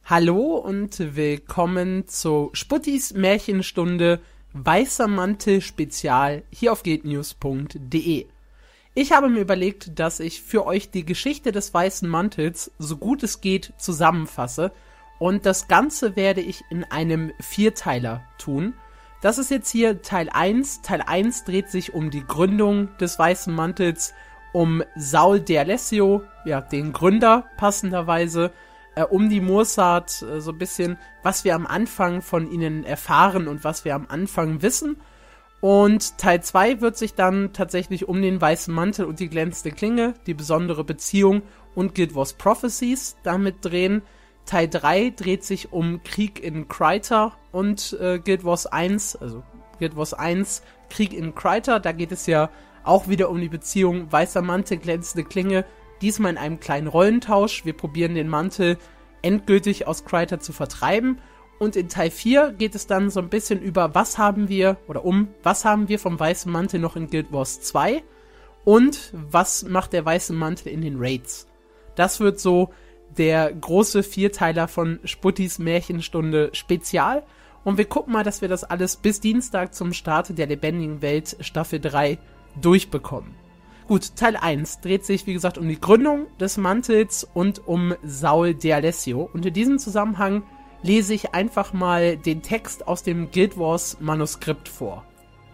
Hallo und willkommen zu Sputtis Märchenstunde Weißer Mantel Spezial hier auf guildnews.de. Ich habe mir überlegt, dass ich für euch die Geschichte des Weißen Mantels so gut es geht zusammenfasse und das Ganze werde ich in einem Vierteiler tun. Das ist jetzt hier Teil 1. Teil 1 dreht sich um die Gründung des Weißen Mantels, um Saul d'Alessio, ja, den Gründer passenderweise, um die Mursat, so ein bisschen, was wir am Anfang von ihnen erfahren und was wir am Anfang wissen. Und Teil 2 wird sich dann tatsächlich um den Weißen Mantel und die glänzende Klinge, die besondere Beziehung und Guild Wars Prophecies damit drehen. Teil 3 dreht sich um Krieg in Kryta und Guild Wars 1, also Guild Wars 1, Krieg in Kryta. Da geht es ja auch wieder um die Beziehung Weißer Mantel, glänzende Klinge, diesmal in einem kleinen Rollentausch. Wir probieren den Mantel endgültig aus Kryta zu vertreiben. Und in Teil 4 geht es dann so ein bisschen über, was haben wir vom Weißen Mantel noch in Guild Wars 2 und was macht der Weiße Mantel in den Raids. Das wird so der große Vierteiler von Sputtis Märchenstunde Spezial. Und wir gucken mal, dass wir das alles bis Dienstag zum Start der lebendigen Welt Staffel 3 durchbekommen. Gut, Teil 1 dreht sich, wie gesagt, um die Gründung des Mantels und um Saul d'Alessio. Und in diesem Zusammenhang lese ich einfach mal den Text aus dem Guild Wars Manuskript vor.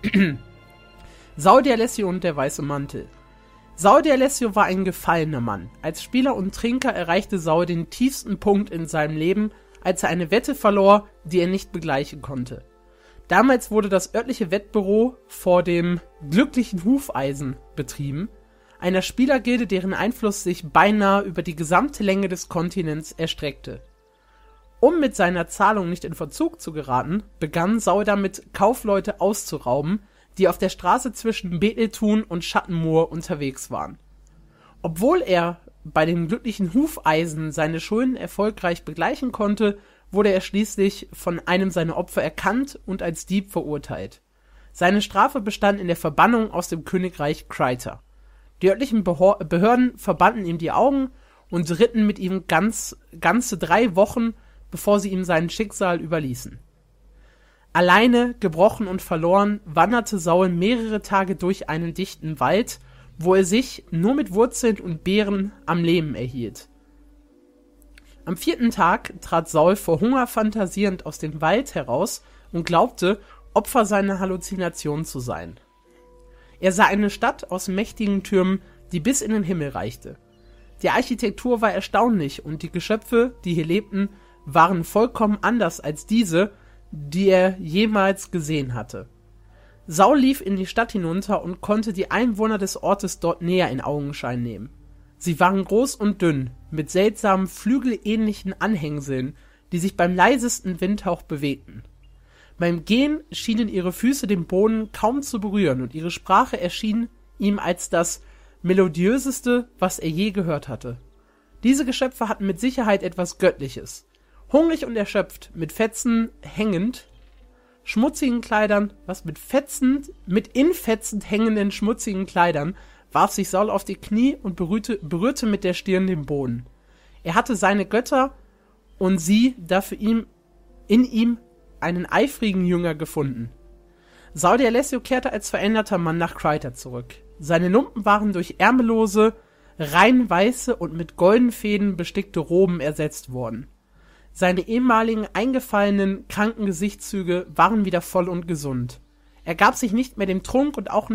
Saul d'Alessio und der Weiße Mantel. Saul d'Alessio war ein gefallener Mann. Als Spieler und Trinker erreichte Saul den tiefsten Punkt in seinem Leben, als er eine Wette verlor, die er nicht begleichen konnte. Damals wurde das örtliche Wettbüro vor dem glücklichen Hufeisen betrieben, einer Spielergilde, deren Einfluss sich beinahe über die gesamte Länge des Kontinents erstreckte. Um mit seiner Zahlung nicht in Verzug zu geraten, begann Saul damit, Kaufleute auszurauben, die auf der Straße zwischen Betelthun und Schattenmoor unterwegs waren. Obwohl er bei den glücklichen Hufeisen seine Schulden erfolgreich begleichen konnte, wurde er schließlich von einem seiner Opfer erkannt und als Dieb verurteilt. Seine Strafe bestand in der Verbannung aus dem Königreich Kryta. Die örtlichen Behörden verbanden ihm die Augen und ritten mit ihm ganze 3 Wochen, bevor sie ihm sein Schicksal überließen. Alleine, gebrochen und verloren, wanderte Saul mehrere Tage durch einen dichten Wald, wo er sich nur mit Wurzeln und Beeren am Leben erhielt. Am 4. Tag trat Saul vor Hunger fantasierend aus dem Wald heraus und glaubte, Opfer seiner Halluzination zu sein. Er sah eine Stadt aus mächtigen Türmen, die bis in den Himmel reichte. Die Architektur war erstaunlich und die Geschöpfe, die hier lebten, waren vollkommen anders als diese, die er jemals gesehen hatte. Saul lief in die Stadt hinunter und konnte die Einwohner des Ortes dort näher in Augenschein nehmen. Sie waren groß und dünn, mit seltsamen flügelähnlichen Anhängseln, die sich beim leisesten Windhauch bewegten. Beim Gehen schienen ihre Füße den Boden kaum zu berühren und ihre Sprache erschien ihm als das melodiöseste, was er je gehört hatte. Diese Geschöpfe hatten mit Sicherheit etwas Göttliches. Hungrig und erschöpft, mit Fetzen hängend, schmutzigen Kleidern, mit in Fetzen hängenden schmutzigen Kleidern, warf sich Saul auf die Knie und berührte mit der Stirn den Boden. Er hatte seine Götter und sie dafür in ihm einen eifrigen Jünger gefunden. Saul d'Alessio kehrte als veränderter Mann nach Kryta zurück. Seine Lumpen waren durch ärmellose, rein weiße und mit goldenen Fäden bestickte Roben ersetzt worden. Seine ehemaligen eingefallenen, kranken Gesichtszüge waren wieder voll und gesund. Er gab sich nicht mehr dem Trunk und auch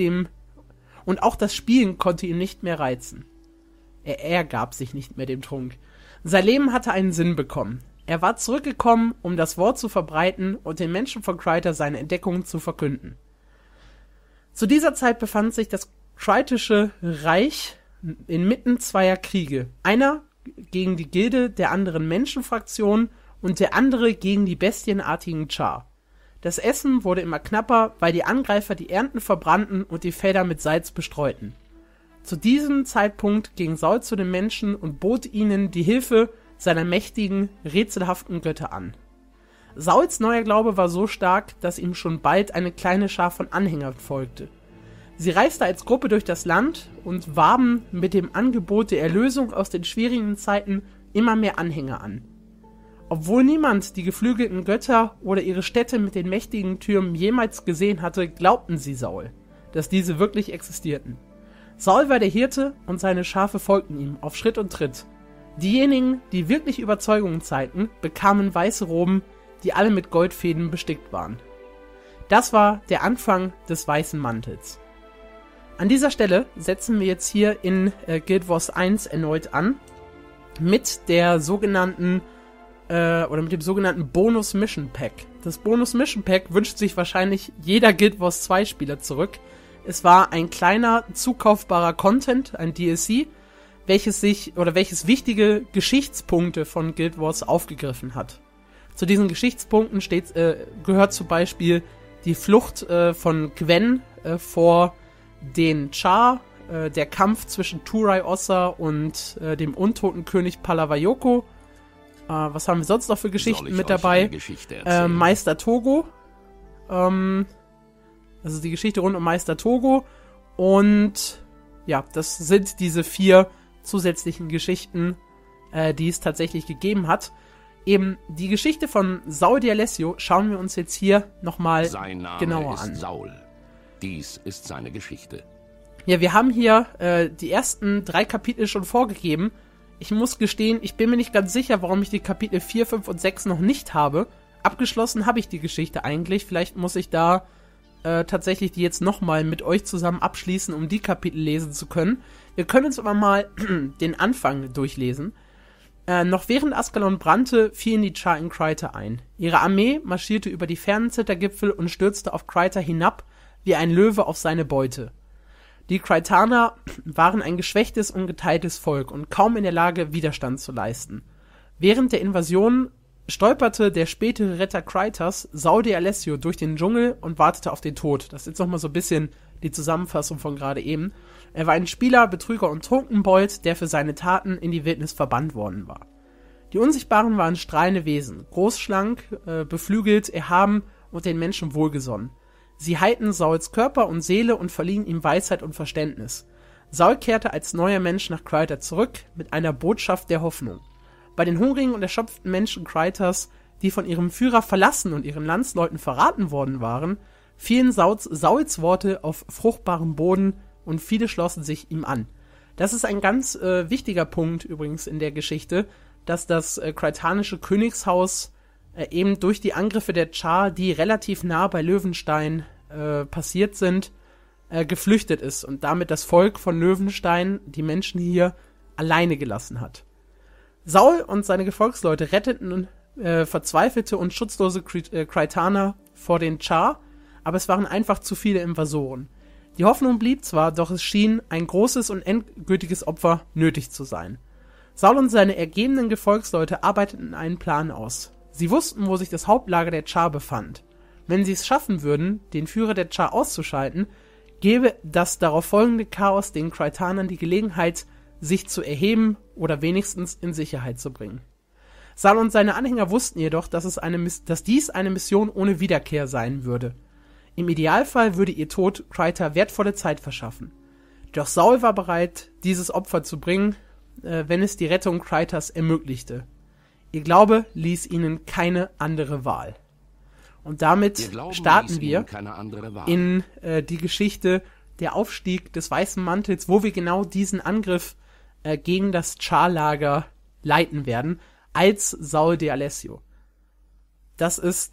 das Spielen konnte ihn nicht mehr reizen. Er gab sich nicht mehr dem Trunk. Sein Leben hatte einen Sinn bekommen. Er war zurückgekommen, um das Wort zu verbreiten und den Menschen von Kryta seine Entdeckungen zu verkünden. Zu dieser Zeit befand sich das Krytische Reich inmitten zweier Kriege. Einer gegen die Gilde der anderen Menschenfraktion und der andere gegen die bestienartigen Char. Das Essen wurde immer knapper, weil die Angreifer die Ernten verbrannten und die Felder mit Salz bestreuten. Zu diesem Zeitpunkt ging Saul zu den Menschen und bot ihnen die Hilfe seiner mächtigen, rätselhaften Götter an. Sauls neuer Glaube war so stark, dass ihm schon bald eine kleine Schar von Anhängern folgte. Sie reiste als Gruppe durch das Land und warben mit dem Angebot der Erlösung aus den schwierigen Zeiten immer mehr Anhänger an. Obwohl niemand die geflügelten Götter oder ihre Städte mit den mächtigen Türmen jemals gesehen hatte, glaubten sie Saul, dass diese wirklich existierten. Saul war der Hirte und seine Schafe folgten ihm auf Schritt und Tritt. Diejenigen, die wirklich Überzeugungen zeigten, bekamen weiße Roben, die alle mit Goldfäden bestickt waren. Das war der Anfang des weißen Mantels. An dieser Stelle setzen wir jetzt hier in Guild Wars 1 erneut an mit der sogenannten mit dem sogenannten Bonus Mission Pack. Das Bonus Mission Pack wünscht sich wahrscheinlich jeder Guild Wars 2 Spieler zurück. Es war ein kleiner, zukaufbarer Content, ein DLC, welches wichtige Geschichtspunkte von Guild Wars aufgegriffen hat. Zu diesen Geschichtspunkten gehört zum Beispiel die Flucht von Gwen vor den Char, der Kampf zwischen Turai Ossa und dem untoten König Palavayoko. Was haben wir sonst noch für Geschichten mit dabei? Meister Togo. Also die Geschichte rund um Meister Togo. Und ja, das sind diese 4 zusätzlichen Geschichten, die es tatsächlich gegeben hat. Eben die Geschichte von Saul de Alessio schauen wir uns jetzt hier nochmal genauer an. Saul. Dies ist seine Geschichte. Ja, wir haben hier die ersten 3 Kapitel schon vorgegeben. Ich muss gestehen, ich bin mir nicht ganz sicher, warum ich die Kapitel 4, 5 und 6 noch nicht habe. Abgeschlossen habe ich die Geschichte eigentlich. Vielleicht muss ich da tatsächlich die jetzt nochmal mit euch zusammen abschließen, um die Kapitel lesen zu können. Wir können uns aber mal den Anfang durchlesen. Noch während Askalon brannte, fielen die Char in Kryta ein. Ihre Armee marschierte über die fernen Zittergipfel und stürzte auf Kryta hinab, wie ein Löwe auf seine Beute. Die Krytaner waren ein geschwächtes und geteiltes Volk und kaum in der Lage, Widerstand zu leisten. Während der Invasion stolperte der spätere Retter Krytas, Saul de Alessio, durch den Dschungel und wartete auf den Tod. Das ist jetzt nochmal so ein bisschen die Zusammenfassung von gerade eben. Er war ein Spieler, Betrüger und Trunkenbold, der für seine Taten in die Wildnis verbannt worden war. Die Unsichtbaren waren strahlende Wesen, großschlank, beflügelt, erhaben und den Menschen wohlgesonnen. Sie heilten Sauls Körper und Seele und verliehen ihm Weisheit und Verständnis. Saul kehrte als neuer Mensch nach Kryta zurück mit einer Botschaft der Hoffnung. Bei den hungrigen und erschöpften Menschen Krytas, die von ihrem Führer verlassen und ihren Landsleuten verraten worden waren, fielen Sauls Worte auf fruchtbarem Boden und viele schlossen sich ihm an. Das ist ein ganz wichtiger Punkt übrigens in der Geschichte, dass das krytanische Königshaus eben durch die Angriffe der Char, die relativ nah bei Löwenstein passiert sind, geflüchtet ist und damit das Volk von Löwenstein, die Menschen hier, alleine gelassen hat. Saul und seine Gefolgsleute retteten verzweifelte und schutzlose Krytaner vor den Char, aber es waren einfach zu viele Invasoren. Die Hoffnung blieb zwar, doch es schien ein großes und endgültiges Opfer nötig zu sein. Saul und seine ergebenen Gefolgsleute arbeiteten einen Plan aus. Sie wussten, wo sich das Hauptlager der Char befand. Wenn sie es schaffen würden, den Führer der Char auszuschalten, gäbe das darauf folgende Chaos den Krytanern die Gelegenheit, sich zu erheben oder wenigstens in Sicherheit zu bringen. Saul und seine Anhänger wussten jedoch, dass dies eine Mission ohne Wiederkehr sein würde. Im Idealfall würde ihr Tod Kryta wertvolle Zeit verschaffen. Doch Saul war bereit, dieses Opfer zu bringen, wenn es die Rettung Krytas ermöglichte. Ihr Glaube ließ ihnen keine andere Wahl. Und damit starten wir in die Geschichte der Aufstieg des Weißen Mantels, wo wir genau diesen Angriff gegen das Char-Lager leiten werden, als Saul de Alessio. Das ist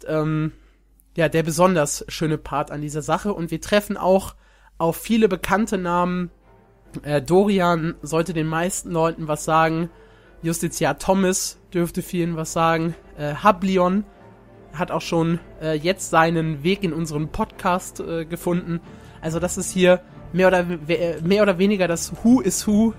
der besonders schöne Part an dieser Sache und wir treffen auch auf viele bekannte Namen. Dorian sollte den meisten Leuten was sagen. Justitiar Thomas dürfte vielen was sagen. Hablion hat auch schon jetzt seinen Weg in unseren Podcast gefunden. Also das ist hier mehr oder weniger das Who is Who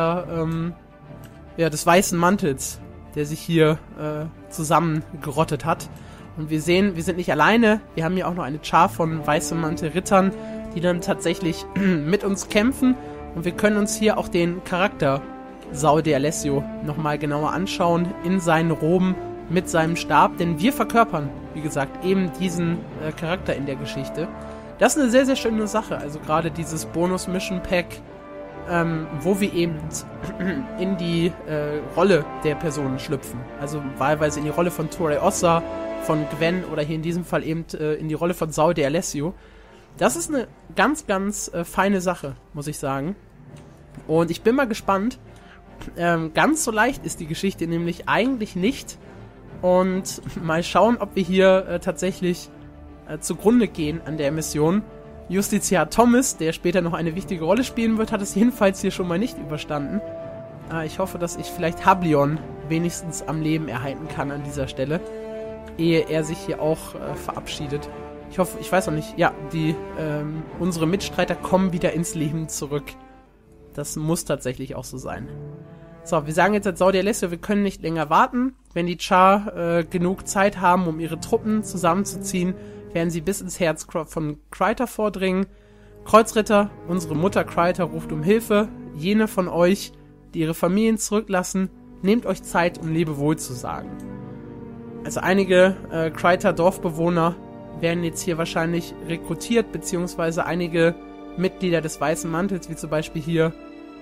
des Weißen Mantels, der sich hier zusammengerottet hat. Und wir sehen, wir sind nicht alleine. Wir haben hier auch noch eine Char von Weißem Mantel Rittern, die dann tatsächlich mit uns kämpfen. Und wir können uns hier auch den Charakter Saul de Alessio nochmal genauer anschauen, in seinen Roben, mit seinem Stab. Denn wir verkörpern, wie gesagt, eben diesen Charakter in der Geschichte. Das ist eine sehr, sehr schöne Sache. Also gerade dieses Bonus-Mission-Pack wo wir eben in die Rolle der Personen schlüpfen. Also wahlweise in die Rolle von Torre Ossa, von Gwen oder hier in diesem Fall eben in die Rolle von Saul de Alessio. Das ist eine ganz, ganz feine Sache, muss ich sagen. Und ich bin mal gespannt. Ganz so leicht ist die Geschichte nämlich eigentlich nicht. Und mal schauen, ob wir hier tatsächlich zugrunde gehen an der Mission. Justiziar Thomas, der später noch eine wichtige Rolle spielen wird, hat es jedenfalls hier schon mal nicht überstanden. Ich hoffe, dass ich vielleicht Hablion wenigstens am Leben erhalten kann an dieser Stelle, ehe er sich hier auch verabschiedet. Ich hoffe, ich weiß noch nicht, ja, unsere Mitstreiter kommen wieder ins Leben zurück. Das muss tatsächlich auch so sein. So, wir sagen jetzt als Saul de Alessio, wir können nicht länger warten. Wenn die Char genug Zeit haben, um ihre Truppen zusammenzuziehen, werden sie bis ins Herz von Kryta vordringen. Kreuzritter, unsere Mutter Kryta ruft um Hilfe. Jene von euch, die ihre Familien zurücklassen, nehmt euch Zeit, um Lebewohl zu sagen. Also einige Kryta-Dorfbewohner werden jetzt hier wahrscheinlich rekrutiert, beziehungsweise einige Mitglieder des Weißen Mantels, wie zum Beispiel hier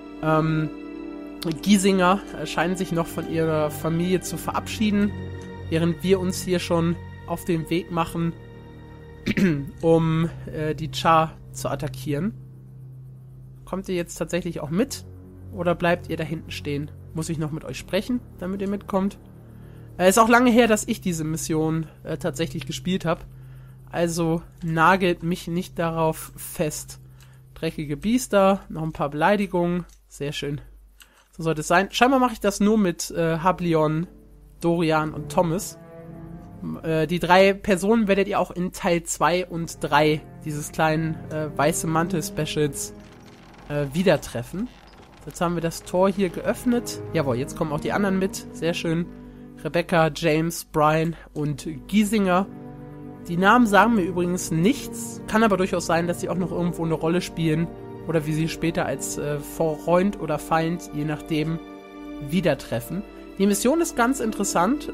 Giesinger, scheinen sich noch von ihrer Familie zu verabschieden, während wir uns hier schon auf den Weg machen, um die Char zu attackieren. Kommt ihr jetzt tatsächlich auch mit? Oder bleibt ihr da hinten stehen? Muss ich noch mit euch sprechen, damit ihr mitkommt? Ist auch lange her, dass ich diese Mission tatsächlich gespielt habe. Also nagelt mich nicht darauf fest. Dreckige Biester, noch ein paar Beleidigungen. Sehr schön. So sollte es sein. Scheinbar mache ich das nur mit Hablion, Dorian und Thomas. Die 3 Personen werdet ihr auch in Teil 2 und 3 dieses kleinen Weiße Mantel-Specials wieder treffen. Jetzt haben wir das Tor hier geöffnet. Jawohl, jetzt kommen auch die anderen mit. Sehr schön. Rebecca, James, Brian und Giesinger. Die Namen sagen mir übrigens nichts. Kann aber durchaus sein, dass sie auch noch irgendwo eine Rolle spielen. Oder wie sie später als Freund oder Feind, je nachdem, wieder treffen. Die Mission ist ganz interessant.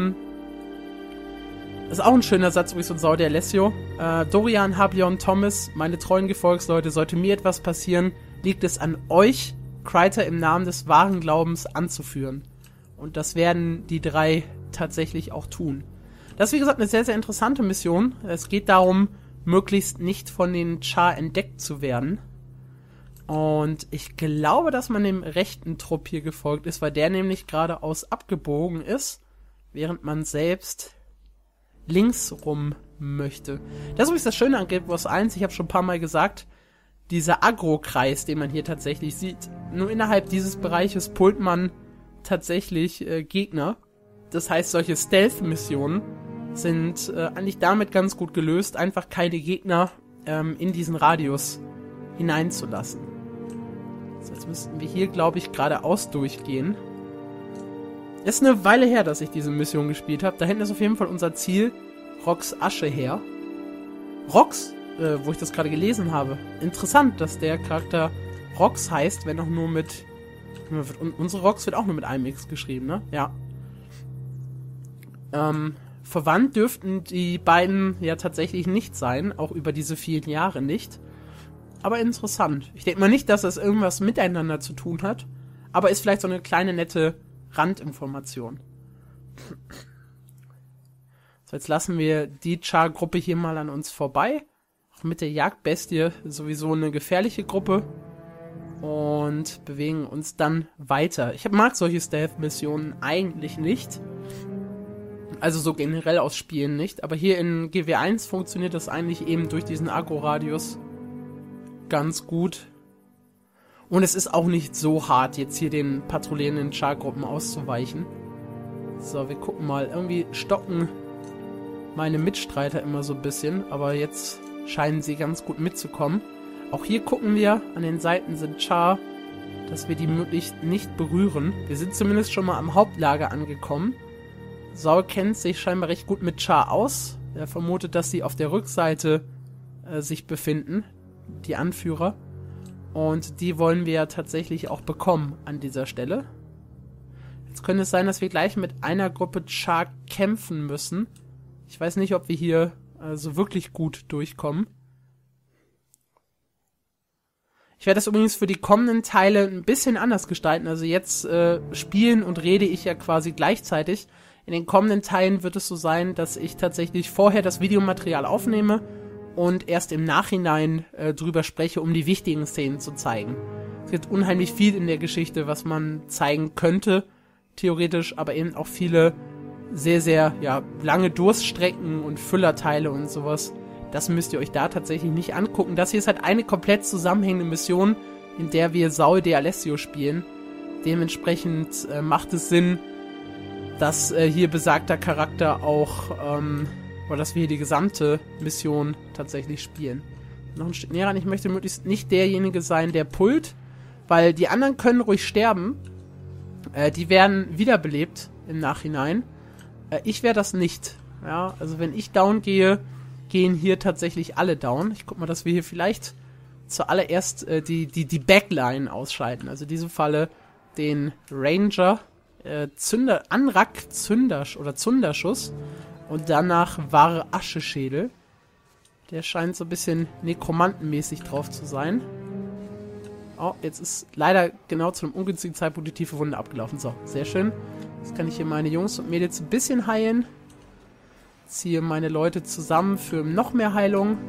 Ist auch ein schöner Satz übrigens von Saul de Alessio. Dorian, Hablion, Thomas, meine treuen Gefolgsleute, sollte mir etwas passieren, liegt es an euch, Kryta im Namen des wahren Glaubens anzuführen. Und das werden die 3 tatsächlich auch tun. Das ist wie gesagt eine sehr, sehr interessante Mission. Es geht darum, möglichst nicht von den Char entdeckt zu werden. Und ich glaube, dass man dem rechten Trupp hier gefolgt ist, weil der nämlich geradeaus abgebogen ist, während man selbst links rum möchte. Das ist übrigens das Schöne an Guild Wars 1, ich habe schon ein paar Mal gesagt, dieser Agro-Kreis, den man hier tatsächlich sieht. Nur innerhalb dieses Bereiches pullt man tatsächlich Gegner. Das heißt, solche Stealth-Missionen sind eigentlich damit ganz gut gelöst, einfach keine Gegner in diesen Radius hineinzulassen. So, jetzt müssten wir hier, glaube ich, geradeaus durchgehen. Ist eine Weile her, dass ich diese Mission gespielt habe. Da hinten ist auf jeden Fall unser Ziel, Rox Asche her. Rox, wo ich das gerade gelesen habe. Interessant, dass der Charakter Rox heißt, wenn auch nur mit... Unsere Rox wird auch nur mit einem X geschrieben, ne? Ja. Verwandt dürften die beiden ja tatsächlich nicht sein, auch über diese vielen Jahre nicht. Aber interessant. Ich denke mal nicht, dass das irgendwas miteinander zu tun hat, aber ist vielleicht so eine kleine nette Randinformation. So, jetzt lassen wir die Char-Gruppe hier mal an uns vorbei. Auch mit der Jagdbestie sowieso eine gefährliche Gruppe. Und bewegen uns dann weiter. Ich mag solche Stealth-Missionen eigentlich nicht. Also so generell aus Spielen nicht. Aber hier in GW1 funktioniert das eigentlich eben durch diesen Agro-Radius ganz gut. Und es ist auch nicht so hart, jetzt hier den patrouillierenden Char-Gruppen auszuweichen. So, wir gucken mal. Irgendwie stocken meine Mitstreiter immer so ein bisschen. Aber jetzt scheinen sie ganz gut mitzukommen. Auch hier gucken wir, an den Seiten sind Char, dass wir die möglichst nicht berühren. Wir sind zumindest schon mal am Hauptlager angekommen. Saul kennt sich scheinbar recht gut mit Char aus. Er vermutet, dass sie auf der Rückseite sich befinden, die Anführer. Und die wollen wir ja tatsächlich auch bekommen an dieser Stelle. Jetzt könnte es sein, dass wir gleich mit einer Gruppe Char kämpfen müssen. Ich weiß nicht, ob wir hier so wirklich gut durchkommen. Ich werde das übrigens für die kommenden Teile ein bisschen anders gestalten. Also jetzt spielen und rede ich ja quasi gleichzeitig. In den kommenden Teilen wird es so sein, dass ich tatsächlich vorher das Videomaterial aufnehme und erst im Nachhinein drüber spreche, um die wichtigen Szenen zu zeigen. Es gibt unheimlich viel in der Geschichte, was man zeigen könnte, theoretisch, aber eben auch viele sehr, sehr lange Durststrecken und Füllerteile und sowas. Das müsst ihr euch da tatsächlich nicht angucken. Das hier ist halt eine komplett zusammenhängende Mission, in der wir Saul de Alessio spielen. Dementsprechend macht es Sinn, dass hier besagter Charakter auch, oder dass wir hier die gesamte Mission tatsächlich spielen. Noch ein Stück näher ran. Ich möchte möglichst nicht derjenige sein, der pullt, weil die anderen können ruhig sterben. Die werden wiederbelebt im Nachhinein. Ich werde das nicht. Ja, also wenn ich down gehe, gehen hier tatsächlich alle down. Ich guck mal, dass wir hier vielleicht zuallererst die Backline ausschalten. Also in diesem Falle den Ranger, Zunderschuss und danach wahre Ascheschädel. Der scheint so ein bisschen nekromantenmäßig drauf zu sein. Oh, jetzt ist leider genau zu einem ungünstigen Zeitpunkt die tiefe Wunde abgelaufen. So, sehr schön. Jetzt kann ich hier meine Jungs und Mädels ein bisschen heilen. Ziehe meine Leute zusammen für noch mehr Heilung.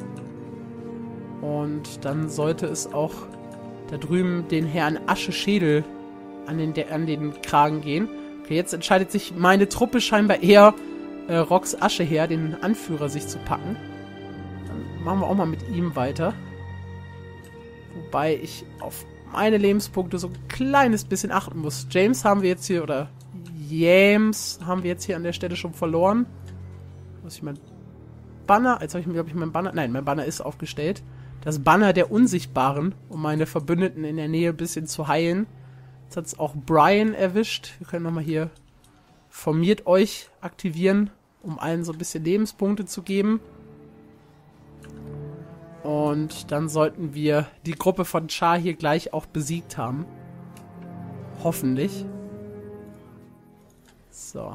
Und dann sollte es auch da drüben den Herrn Ascheschädel an den Kragen gehen. Okay, jetzt entscheidet sich meine Truppe scheinbar eher, Rox Ascheherr, den Anführer, sich zu packen. Dann machen wir auch mal mit ihm weiter. Wobei ich auf meine Lebenspunkte so ein kleines bisschen achten muss. James haben wir jetzt hier, oder James haben wir jetzt hier an der Stelle schon verloren. Muss ich mein Banner, jetzt habe ich mir, glaube ich, mein Banner, nein, mein Banner ist aufgestellt. Das Banner der Unsichtbaren, um meine Verbündeten in der Nähe ein bisschen zu heilen. Jetzt hat es auch Brian erwischt. Wir können nochmal hier formiert euch aktivieren, um allen so ein bisschen Lebenspunkte zu geben. Und dann sollten wir die Gruppe von Char hier gleich auch besiegt haben. Hoffentlich. So.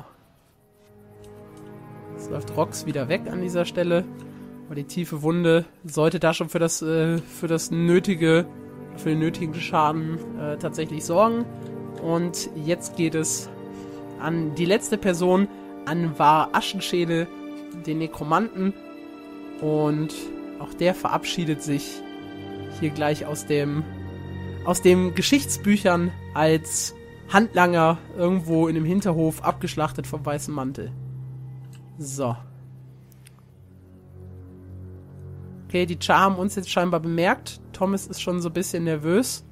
Jetzt läuft Rox wieder weg an dieser Stelle. Aber die tiefe Wunde sollte da schon für den nötigen Schaden tatsächlich sorgen. Und jetzt geht es an die letzte Person, an War Aschenschädel, den Nekromanten. Und auch der verabschiedet sich hier gleich aus den Geschichtsbüchern als Handlanger irgendwo in dem Hinterhof, abgeschlachtet vom Weißen Mantel. So. Okay, die Char haben uns jetzt scheinbar bemerkt. Thomas ist schon so ein bisschen nervös.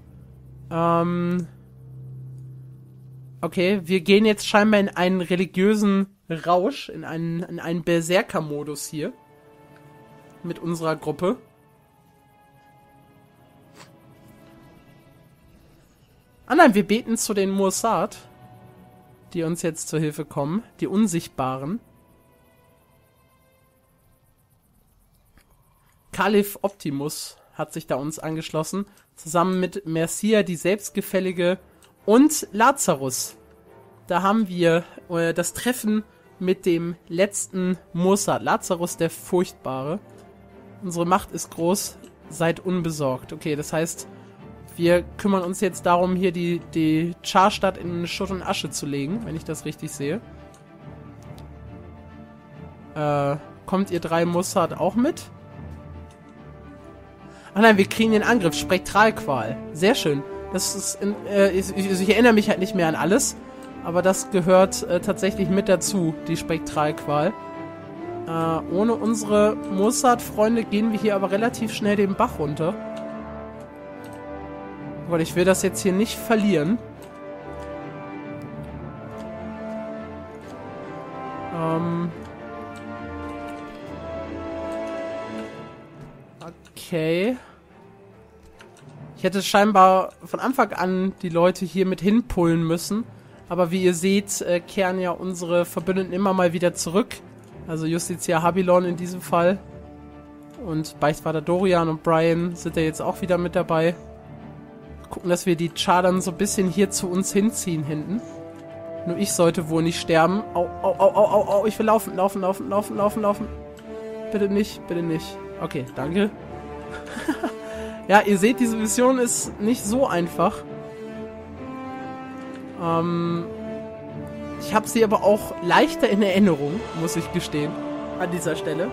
Okay, wir gehen jetzt scheinbar in einen religiösen Rausch, in einen Berserker-Modus hier. Mit unserer Gruppe. Ah nein, wir beten zu den Mossad, die uns jetzt zur Hilfe kommen. Die Unsichtbaren. Kalif Optimus hat sich da uns angeschlossen. Zusammen mit Mercia, die Selbstgefällige, und Lazarus. Da haben wir das Treffen mit dem letzten Mossad. Lazarus, der Furchtbare. Unsere Macht ist groß, seid unbesorgt. Okay, das heißt, wir kümmern uns jetzt darum, hier die Char-Stadt in Schutt und Asche zu legen, wenn ich das richtig sehe. Kommt ihr 3 Mossad auch mit? Ach nein, wir kriegen den Angriff. Spektralqual. Sehr schön. Das ist ich erinnere mich halt nicht mehr an alles, aber das gehört tatsächlich mit dazu, die Spektralqual. Ohne unsere Mossad-Freunde gehen wir hier aber relativ schnell den Bach runter. Weil ich will das jetzt hier nicht verlieren. Okay. Ich hätte scheinbar von Anfang an die Leute hier mit hinpullen müssen. Aber wie ihr seht, kehren ja unsere Verbündeten immer mal wieder zurück. Also Justitia Habilon in diesem Fall. Und Beichtvater Dorian und Brian sind ja jetzt auch wieder mit dabei. Gucken, dass wir die Char dann so ein bisschen hier zu uns hinziehen hinten. Nur ich sollte wohl nicht sterben. Au, au, au, au, au, au. Ich will laufen. Bitte nicht, bitte nicht. Okay, danke. Ja, ihr seht, diese Mission ist nicht so einfach. Ich habe sie aber auch leichter in Erinnerung, muss ich gestehen, an dieser Stelle.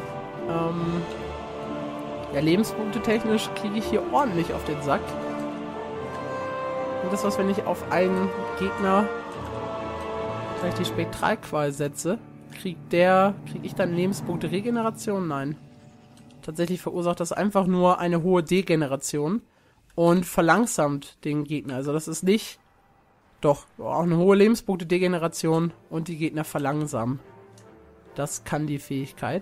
Ja, Lebenspunkte technisch kriege ich hier ordentlich auf den Sack. Und das, was, wenn ich auf einen Gegner gleich die Spektralqual setze, krieg ich dann Lebenspunkte Regeneration? Nein. Tatsächlich verursacht das einfach nur eine hohe Degeneration und verlangsamt den Gegner. Also das ist nicht... Doch, auch eine hohe Lebenspunkte Degeneration und die Gegner verlangsamen. Das kann die Fähigkeit.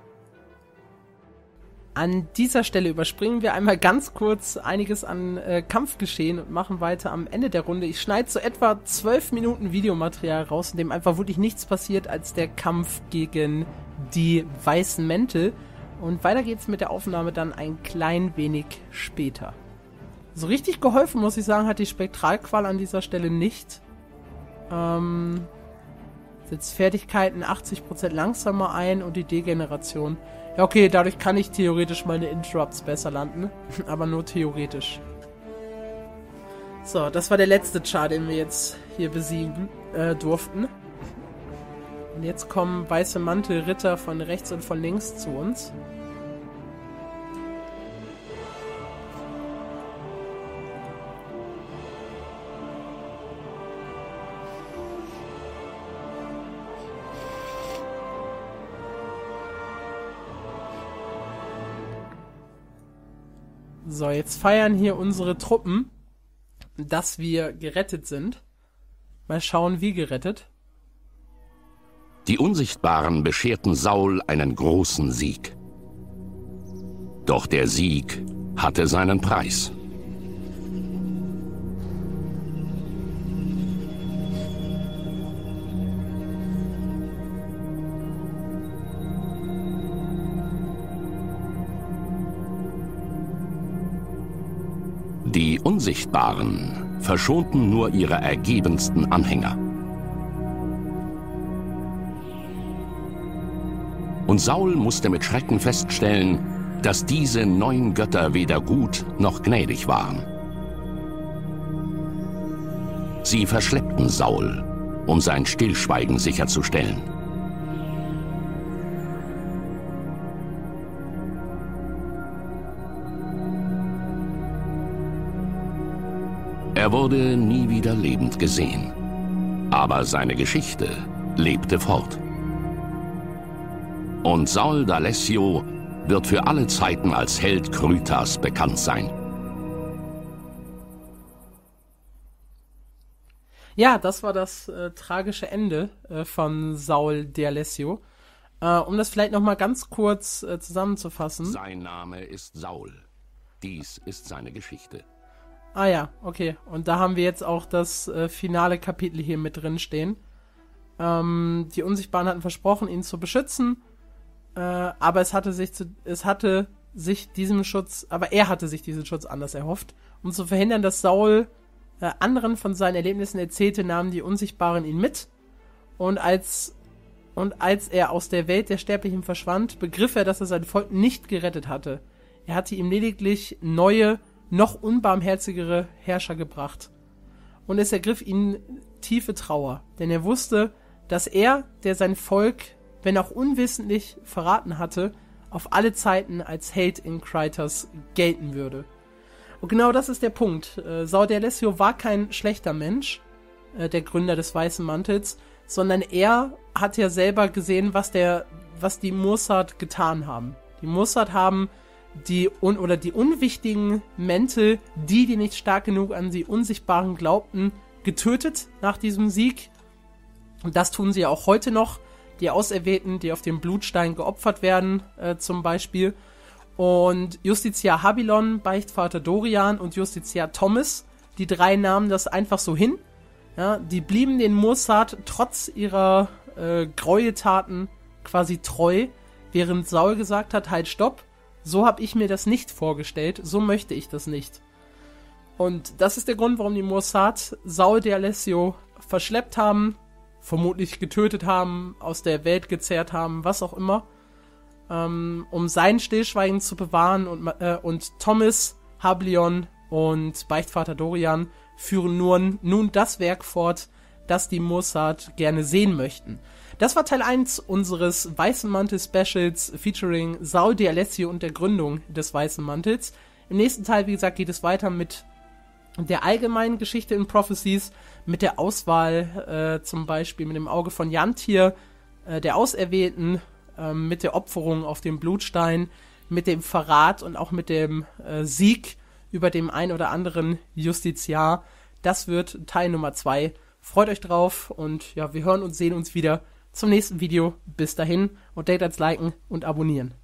An dieser Stelle überspringen wir einmal ganz kurz einiges an Kampfgeschehen und machen weiter am Ende der Runde. Ich schneide so etwa 12 Minuten Videomaterial raus, in dem einfach wirklich nichts passiert als der Kampf gegen die weißen Mäntel. Und weiter geht's mit der Aufnahme dann ein klein wenig später. So richtig geholfen, muss ich sagen, hat die Spektralqual an dieser Stelle nicht. Setzt Fertigkeiten 80% langsamer ein und die Degeneration. Ja, okay, dadurch kann ich theoretisch meine Interrupts besser landen, aber nur theoretisch. So, das war der letzte Char, den wir jetzt hier besiegen durften. Und jetzt kommen weiße Mantelritter von rechts und von links zu uns. So, jetzt feiern hier unsere Truppen, dass wir gerettet sind. Mal schauen, wie gerettet. Die Unsichtbaren bescherten Saul einen großen Sieg. Doch der Sieg hatte seinen Preis. Die Unsichtbaren verschonten nur ihre ergebensten Anhänger. Und Saul musste mit Schrecken feststellen, dass diese neuen Götter weder gut noch gnädig waren. Sie verschleppten Saul, um sein Stillschweigen sicherzustellen. Er wurde nie wieder lebend gesehen, aber seine Geschichte lebte fort. Und Saul d'Alessio wird für alle Zeiten als Held Krytas bekannt sein. Ja, das war das tragische Ende von Saul d'Alessio. Um das vielleicht nochmal ganz kurz zusammenzufassen. Sein Name ist Saul. Dies ist seine Geschichte. Ah ja, okay. Und da haben wir jetzt auch das finale Kapitel hier mit drin stehen. Die Unsichtbaren hatten versprochen, ihn zu beschützen, aber er hatte sich diesen Schutz anders erhofft. Um zu verhindern, dass Saul anderen von seinen Erlebnissen erzählte, nahmen die Unsichtbaren ihn mit. Und als er aus der Welt der Sterblichen verschwand, begriff er, dass er sein Volk nicht gerettet hatte. Er hatte ihm lediglich neue, noch unbarmherzigere Herrscher gebracht. Und es ergriff ihn tiefe Trauer, denn er wusste, dass er, der sein Volk, wenn auch unwissentlich, verraten hatte, auf alle Zeiten als Held in Krytas gelten würde. Und genau das ist der Punkt. Saul d'Alessio war kein schlechter Mensch, der Gründer des Weißen Mantels, sondern er hat ja selber gesehen, was die Mursat getan haben. Die Mursat haben die unwichtigen Mäntel, die nicht stark genug an die Unsichtbaren glaubten, getötet nach diesem Sieg. Und das tun sie ja auch heute noch. Die Auserwählten, die auf dem Blutstein geopfert werden, zum Beispiel. Und Justitiar Habilon, Beichtvater Dorian und Justitiar Thomas, die drei nahmen das einfach so hin. Ja, die blieben den Mursat trotz ihrer Gräueltaten quasi treu, während Saul gesagt hat, halt, stopp. So habe ich mir das nicht vorgestellt, so möchte ich das nicht. Und das ist der Grund, warum die Mursat Saul d'Alessio verschleppt haben, vermutlich getötet haben, aus der Welt gezerrt haben, was auch immer. um sein Stillschweigen zu bewahren und Thomas, Hablion und Beichtvater Dorian führen nun das Werk fort, das die Mossad gerne sehen möchten. Das war Teil 1 unseres Weißen Mantel Specials featuring Saul de Alessio und der Gründung des Weißen Mantels. Im nächsten Teil, wie gesagt, geht es weiter mit der allgemeinen Geschichte in Prophecies, mit der Auswahl, zum Beispiel mit dem Auge von Jantir, der Auserwählten, mit der Opferung auf dem Blutstein, mit dem Verrat und auch mit dem Sieg über dem ein oder anderen Justiziar. Das wird Teil Nummer 2. Freut euch drauf und ja, wir hören und sehen uns wieder zum nächsten Video. Bis dahin und denkt ans Liken und Abonnieren.